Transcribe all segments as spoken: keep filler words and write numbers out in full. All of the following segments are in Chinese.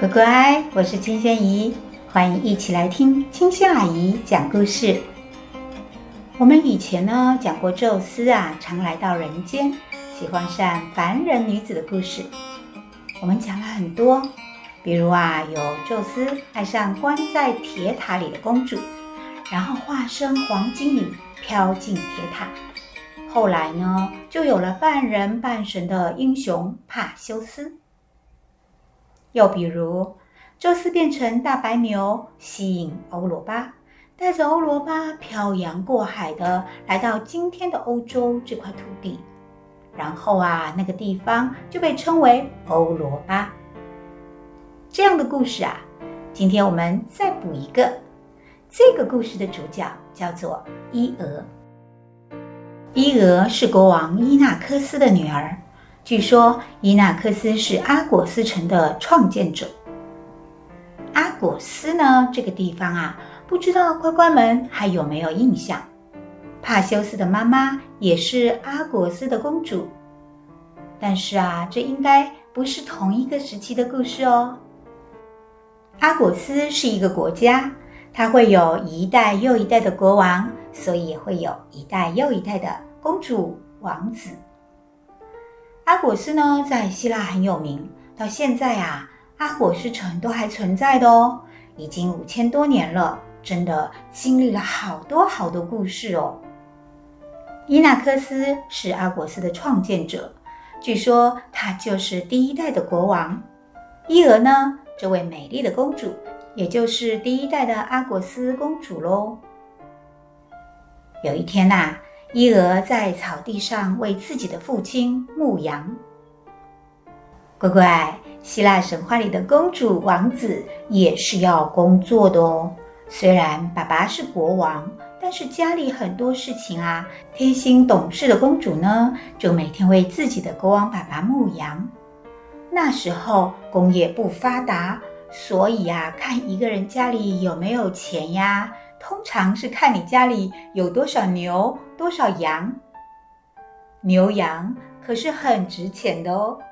乖乖，我是青萱姨，欢迎一起来听青萱阿姨讲故事。我们以前呢讲过宙斯啊常来到人间，喜欢上凡人女子的故事。我们讲了很多，比如啊有宙斯爱上关在铁塔里的公主，然后化身黄金羽飘进铁塔。后来呢就有了半人半神的英雄帕修斯。又比如宙斯变成大白牛，吸引欧罗巴，带着欧罗巴漂洋过海的来到今天的欧洲这块土地，然后啊那个地方就被称为欧罗巴。这样的故事啊，今天我们再补一个。这个故事的主角叫做伊俄。伊俄是国王伊纳科斯的女儿，据说伊纳科斯是阿果斯城的创建者。阿果斯呢，这个地方啊，不知道乖乖们还有没有印象？帕修斯的妈妈也是阿果斯的公主，但是啊，这应该不是同一个时期的故事哦。阿果斯是一个国家，它会有一代又一代的国王，所以也会有一代又一代的公主、王子。阿果斯呢，在希腊很有名，到现在啊，阿果斯城都还存在的哦，已经五千多年了，真的经历了好多好多故事哦。伊纳科斯是阿果斯的创建者，据说他就是第一代的国王。伊俄呢，这位美丽的公主，也就是第一代的阿果斯公主咯。有一天啊，伊俄在草地上为自己的父亲牧羊。乖乖，希腊神话里的公主王子也是要工作的哦。虽然爸爸是国王，但是家里很多事情啊，贴心懂事的公主呢，就每天为自己的国王爸爸牧羊。那时候工业不发达，所以啊，看一个人家里有没有钱呀，通常是看你家里有多少牛，多少羊。牛羊可是很值钱的哦。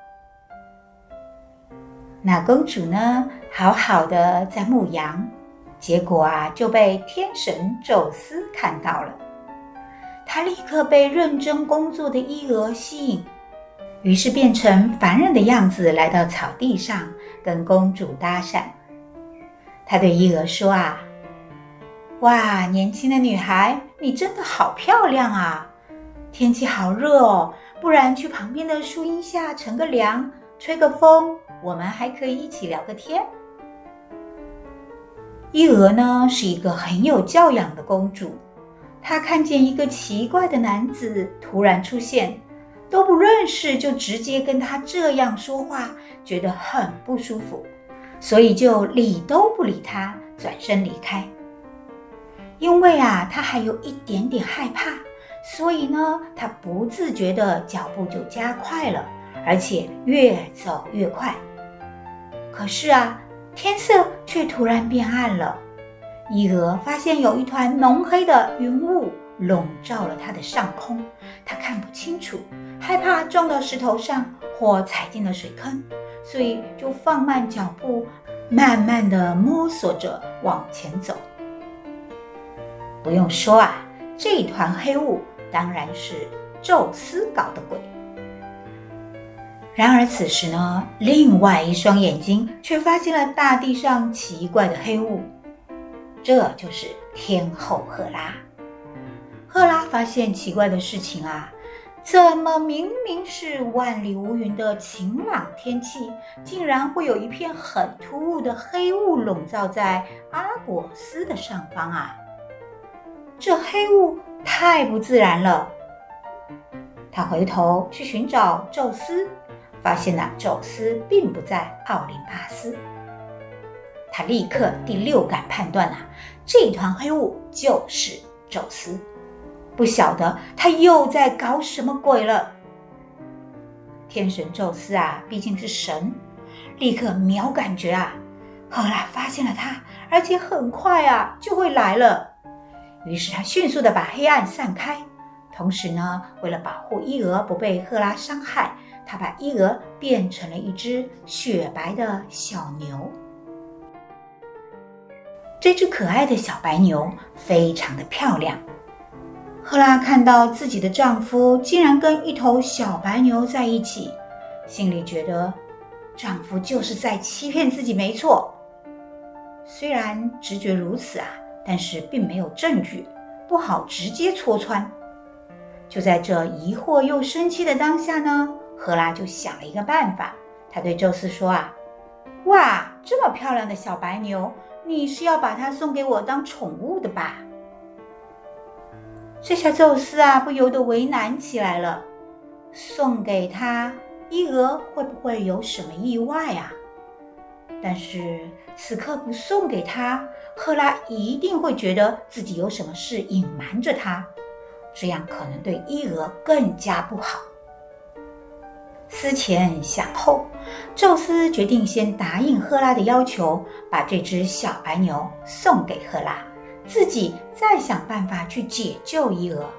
那公主呢，好好的在牧羊，结果啊，就被天神宙斯看到了。他立刻被认真工作的伊俄吸引，于是变成凡人的样子来到草地上，跟公主搭讪。他对伊俄说啊，哇，年轻的女孩，你真的好漂亮啊！天气好热哦，不然去旁边的树荫下乘个凉，吹个风，我们还可以一起聊个天。伊俄呢，是一个很有教养的公主，她看见一个奇怪的男子突然出现，都不认识就直接跟他这样说话，觉得很不舒服，所以就理都不理他，转身离开。因为啊，他还有一点点害怕，所以呢，他不自觉的脚步就加快了，而且越走越快。可是啊，天色却突然变暗了。伊俄发现有一团浓黑的云雾笼罩了他的上空，他看不清楚，害怕撞到石头上或踩进了水坑，所以就放慢脚步，慢慢地摸索着往前走。不用说啊，这一团黑雾当然是宙斯搞的鬼。然而此时呢，另外一双眼睛却发现了大地上奇怪的黑雾，这就是天后赫拉。赫拉发现奇怪的事情啊，怎么明明是万里无云的晴朗天气，竟然会有一片很突兀的黑雾笼罩在阿果斯的上方啊？这黑雾太不自然了。他回头去寻找宙斯，发现啊，宙斯并不在奥林帕斯。他立刻第六感判断啊，这团黑雾就是宙斯。不晓得他又在搞什么鬼了。天神宙斯啊，毕竟是神，立刻秒感觉啊，赫拉发现了他，而且很快啊就会来了。于是他迅速的把黑暗散开，同时呢，为了保护伊俄不被赫拉伤害， 他把伊俄变成了一只雪白的小牛。这只可爱的小白牛非常的漂亮。赫拉看到自己的丈夫竟然跟一头小白牛在一起，心里觉得丈夫就是在欺骗自己没错。虽然直觉如此啊，但是并没有证据，不好直接戳穿。就在这疑惑又生气的当下呢，赫拉就想了一个办法。她对宙斯说啊，哇，这么漂亮的小白牛，你是要把它送给我当宠物的吧？这下宙斯啊不由得为难起来了，送给他，伊俄会不会有什么意外啊？但是此刻不送给他，赫拉一定会觉得自己有什么事隐瞒着他，这样可能对伊俄更加不好。思前想后，宙斯决定先答应赫拉的要求，把这只小白牛送给赫拉，自己再想办法去解救伊俄。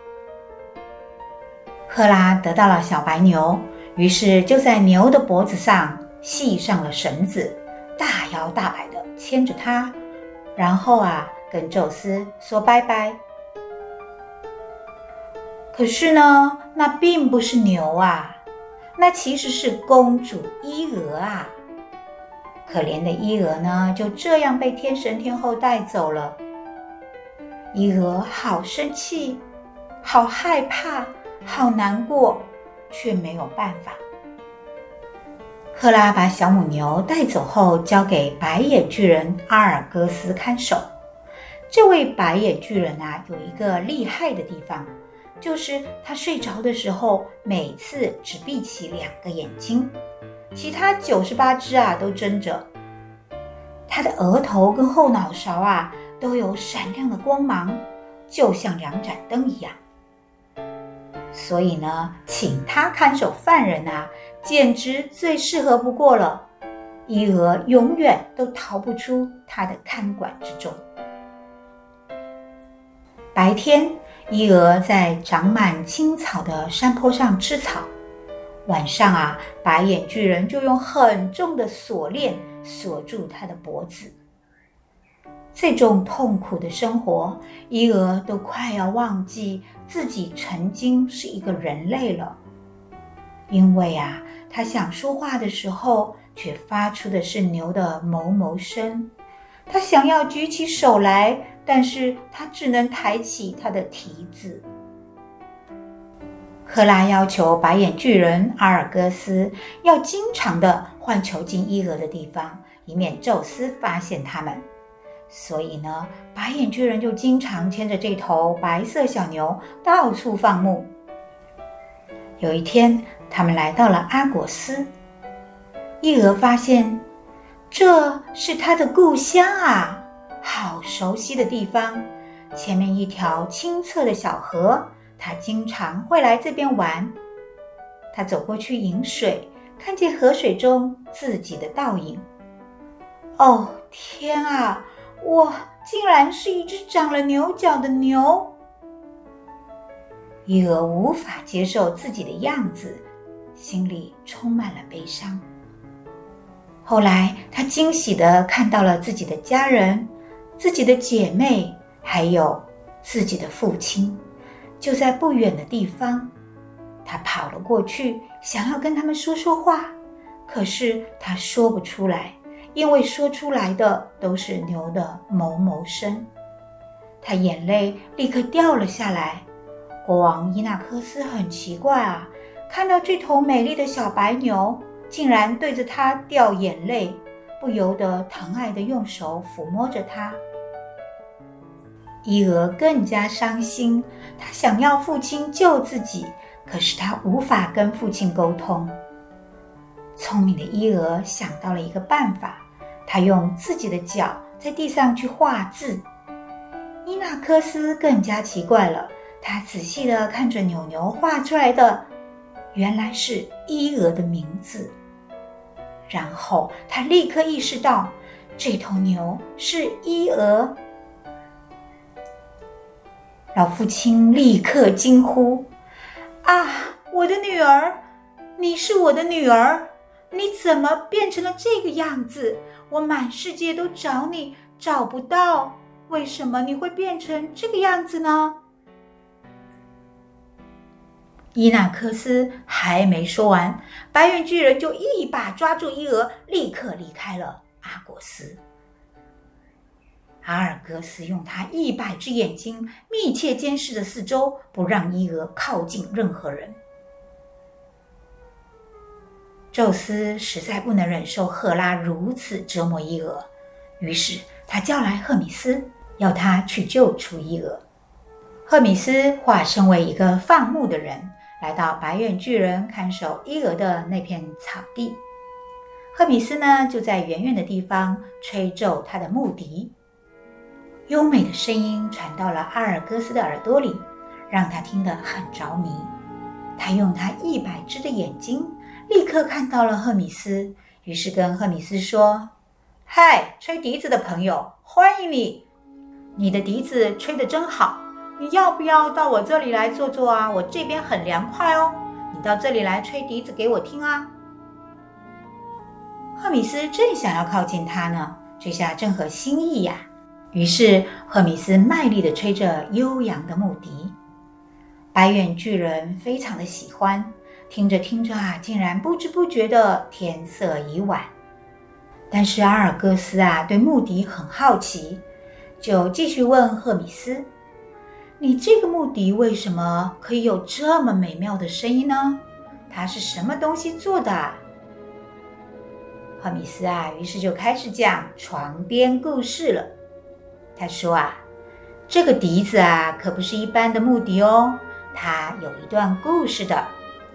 赫拉得到了小白牛，于是就在牛的脖子上系上了绳子，大摇大摆地牵着它，然后啊跟宙斯说拜拜。可是呢，那并不是牛啊，那其实是公主伊俄啊。可怜的伊俄呢，就这样被天神天后带走了。伊俄好生气，好害怕，好难过，却没有办法。赫拉把小母牛带走后，交给白眼巨人阿尔戈斯看守。这位白眼巨人啊，有一个厉害的地方，就是他睡着的时候，每次只闭起两个眼睛，其他九十八只啊都睁着。他的额头跟后脑勺啊都有闪亮的光芒，就像两盏灯一样。所以呢，请他看守犯人啊，简直最适合不过了。伊俄永远都逃不出他的看管之中。白天，伊俄在长满青草的山坡上吃草，晚上啊，白眼巨人就用很重的锁链锁住他的脖子。这种痛苦的生活，伊俄都快要忘记自己曾经是一个人类了。因为啊，他想说话的时候，却发出的是牛的哞哞声。他想要举起手来，但是他只能抬起他的蹄子。赫拉要求白眼巨人阿尔戈斯要经常的换囚禁伊俄的地方，以免宙斯发现他们。所以呢，白眼巨人就经常牵着这头白色小牛到处放牧。有一天，他们来到了阿果斯，伊俄发现这是他的故乡啊，好熟悉的地方，前面一条清澈的小河，他经常会来这边玩。他走过去饮水，看见河水中自己的倒影。哦，天啊，我竟然是一只长了牛角的牛！伊俄无法接受自己的样子，心里充满了悲伤。后来，他惊喜地看到了自己的家人、自己的姐妹，还有自己的父亲，就在不远的地方。他跑了过去，想要跟他们说说话，可是他说不出来，因为说出来的都是牛的哞哞声。他眼泪立刻掉了下来。国王伊纳克斯很奇怪啊，看到这头美丽的小白牛，竟然对着它掉眼泪，不由得疼爱地用手抚摸着它。伊俄更加伤心，他想要父亲救自己，可是他无法跟父亲沟通。聪明的伊俄想到了一个办法，他用自己的脚在地上去画字。伊纳克斯更加奇怪了，他仔细地看着牛牛画出来的，原来是伊俄的名字。然后他立刻意识到，这头牛是伊俄。老父亲立刻惊呼：啊，我的女儿， 你是我的女儿，你怎么变成了这个样子？我满世界都找你，找不到，为什么你会变成这个样子呢？”伊纳克斯还没说完，白眼巨人就一把抓住伊俄，立刻离开了阿果斯。阿尔戈斯用他一百只眼睛密切监视着四周，不让伊俄靠近任何人。宙斯实在不能忍受赫拉如此折磨伊俄，于是他叫来赫米斯，要他去救出伊俄。赫米斯化身为一个放牧的人，来到白眼巨人看守伊俄的那片草地。赫米斯呢，就在远远的地方吹奏他的木笛，优美的声音传到了阿尔戈斯的耳朵里，让他听得很着迷。他用他一百只的眼睛立刻看到了赫米斯，于是跟赫米斯说：“嗨，吹笛子的朋友，欢迎你！你的笛子吹得真好，你要不要到我这里来坐坐啊？我这边很凉快哦，你到这里来吹笛子给我听啊。”赫米斯正想要靠近他呢，这下正合心意呀。于是赫米斯卖力地吹着悠扬的木笛，白眼巨人非常的喜欢，听着听着啊，竟然不知不觉的天色已晚。但是阿尔戈斯啊，对木笛很好奇，就继续问赫米斯：“你这个木笛为什么可以有这么美妙的声音呢？它是什么东西做的啊？”赫米斯啊，于是就开始讲床边故事了。他说啊，这个笛子啊，可不是一般的木笛哦，它有一段故事的。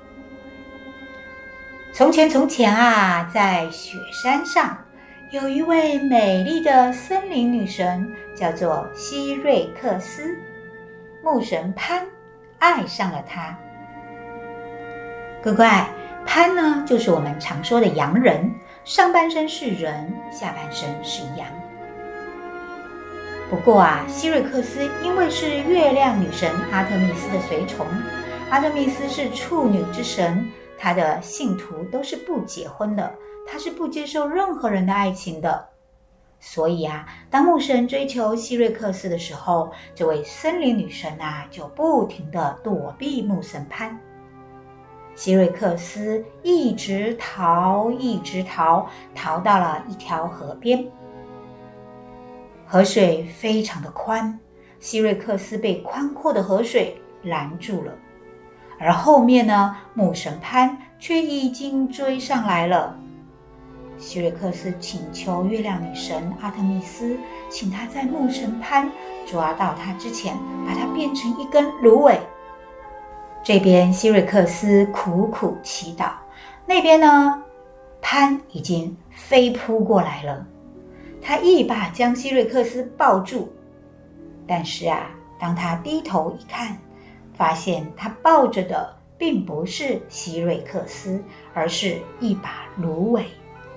从前从前啊，在雪山上有一位美丽的森林女神，叫做希瑞克斯。牧神潘爱上了她。乖乖，潘呢，就是我们常说的羊人，上半身是人，下半身是羊。不过啊，希瑞克斯因为是月亮女神阿特密斯的随从，阿特密斯是处女之神，她的信徒都是不结婚的，她是不接受任何人的爱情的。所以啊，当牧神追求希瑞克斯的时候，这位森林女神啊，就不停地躲避牧神潘。希瑞克斯一直逃，一直逃，逃到了一条河边。河水非常的宽，希瑞克斯被宽阔的河水拦住了，而后面呢，牧神潘却已经追上来了。希瑞克斯请求月亮女神阿特密斯，请她在牧神潘抓到他之前，把它变成一根芦苇。这边希瑞克斯苦苦祈祷，那边呢，潘已经飞扑过来了。他一把将希瑞克斯抱住，但是啊，当他低头一看，发现他抱着的并不是希瑞克斯，而是一把芦苇。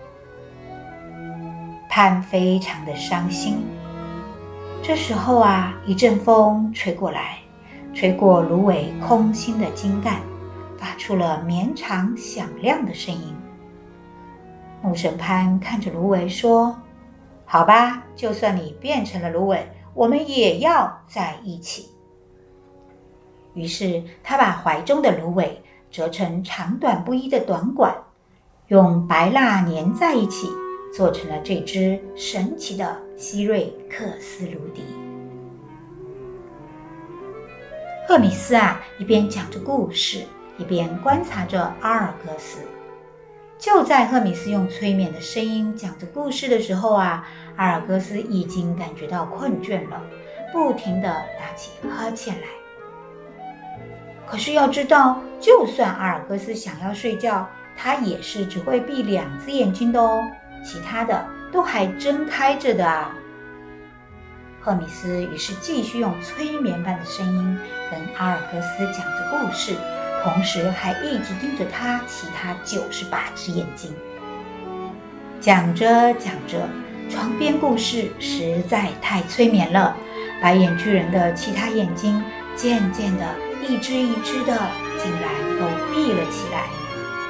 潘非常的伤心。这时候啊，一阵风吹过来，吹过芦苇空心的茎干，发出了绵长响亮的声音。牧神潘看着芦苇说：“好吧，就算你变成了芦苇，我们也要在一起。”于是他把怀中的芦苇折成长短不一的短管，用白蜡粘在一起，做成了这只神奇的希瑞克斯芦笛。赫米斯啊，一边讲着故事，一边观察着阿尔戈斯。就在赫米斯用催眠的声音讲着故事的时候啊，阿尔戈斯已经感觉到困倦了，不停地打起呵欠来。可是要知道，就算阿尔戈斯想要睡觉，他也是只会闭两只眼睛的哦，其他的都还睁开着的啊。赫米斯于是继续用催眠般的声音跟阿尔戈斯讲着故事，同时还一直盯着他其他九十八只眼睛。讲着讲着，床边故事实在太催眠了，白眼巨人的其他眼睛渐渐的一只一只的竟然都闭了起来。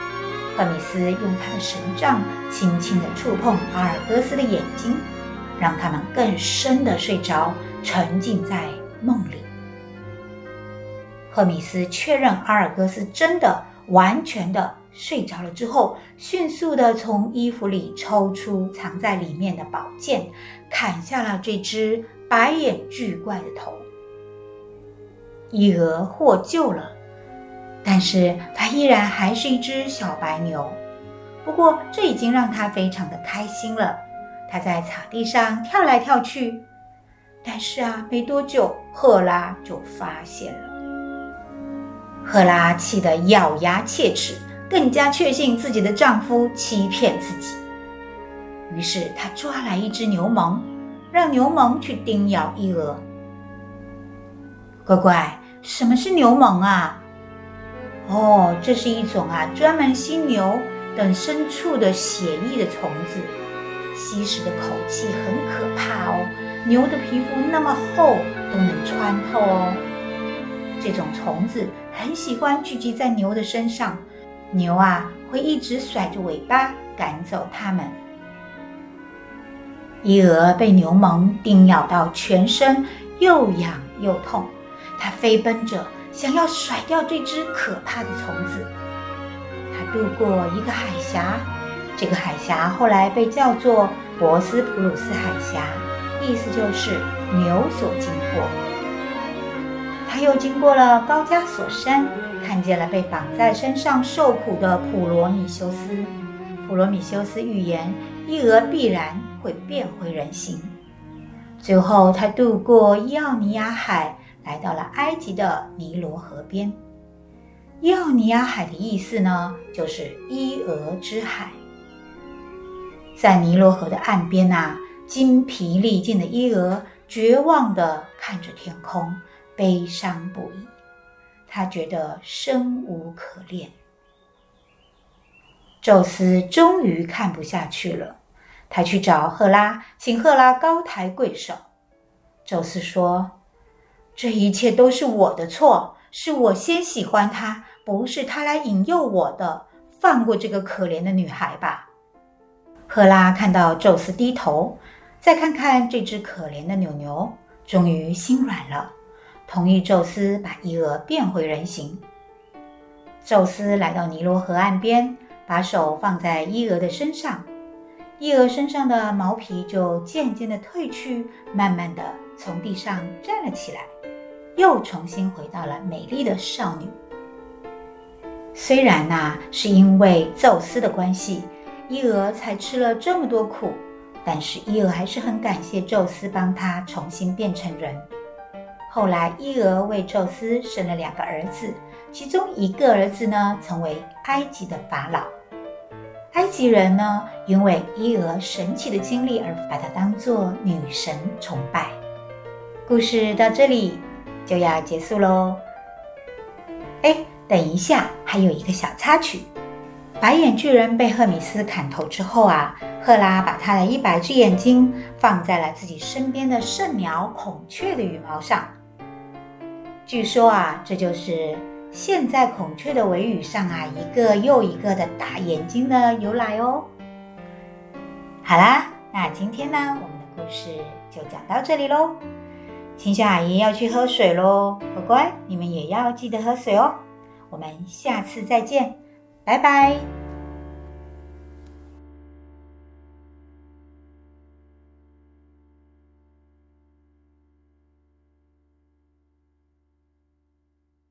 赫米斯用他的神杖轻轻地触碰阿尔戈斯的眼睛，让他们更深地睡着，沉浸在梦里。赫米斯确认阿尔戈斯真的完全的睡着了之后，迅速地从衣服里抽出藏在里面的宝剑，砍下了这只白眼巨怪的头。伊俄获救了，但是它依然还是一只小白牛。不过这已经让它非常的开心了，它在草地上跳来跳去。但是啊，没多久赫拉就发现了。赫拉气得咬牙切齿，更加确信自己的丈夫欺骗自己。于是她抓来一只牛虻，让牛虻去叮咬伊俄。乖乖，什么是牛虻啊？哦，这是一种啊专门吸牛等牲畜的血液的虫子，吸食的口气很可怕哦，牛的皮肤那么厚都能穿透哦。这种虫子很喜欢聚集在牛的身上，牛啊会一直甩着尾巴赶走它们。伊俄被牛虻叮咬到全身又痒又痛，它飞奔着想要甩掉这只可怕的虫子。它渡过一个海峡，这个海峡后来被叫做博斯普鲁斯海峡，意思就是牛所经过。他又经过了高加索山，看见了被绑在身上受苦的普罗米修斯。普罗米修斯预言伊俄必然会变回人形。最后他渡过伊奥尼亚海，来到了埃及的尼罗河边。伊奥尼亚海的意思呢，就是伊俄之海。在尼罗河的岸边啊，精疲力尽的伊俄绝望地看着天空，悲伤不已。他觉得生无可恋。宙斯终于看不下去了，他去找赫拉，请赫拉高抬贵手。宙斯说，这一切都是我的错，是我先喜欢她，不是她来引诱我的，放过这个可怜的女孩吧。赫拉看到宙斯低头，再看看这只可怜的牛牛，终于心软了，同意宙斯把伊俄变回人形。宙斯来到尼罗河岸边，把手放在伊俄的身上，伊俄身上的毛皮就渐渐地褪去，慢慢地从地上站了起来，又重新回到了美丽的少女。虽然啊，是因为宙斯的关系，伊俄才吃了这么多苦，但是伊俄还是很感谢宙斯帮她重新变成人。后来伊俄为宙斯生了两个儿子，其中一个儿子呢成为埃及的法老。埃及人呢因为伊俄神奇的经历而把她当作女神崇拜。故事到这里就要结束咯。哎，等一下，还有一个小插曲。白眼巨人被赫米斯砍头之后啊，赫拉把他的一百只眼睛放在了自己身边的圣鸟孔雀的羽毛上。据说啊，这就是现在孔雀的尾羽上啊一个又一个的大眼睛的由来哦。好啦，那今天呢，我们的故事就讲到这里咯。青萱阿姨要去喝水咯，乖乖，你们也要记得喝水哦。我们下次再见，拜拜。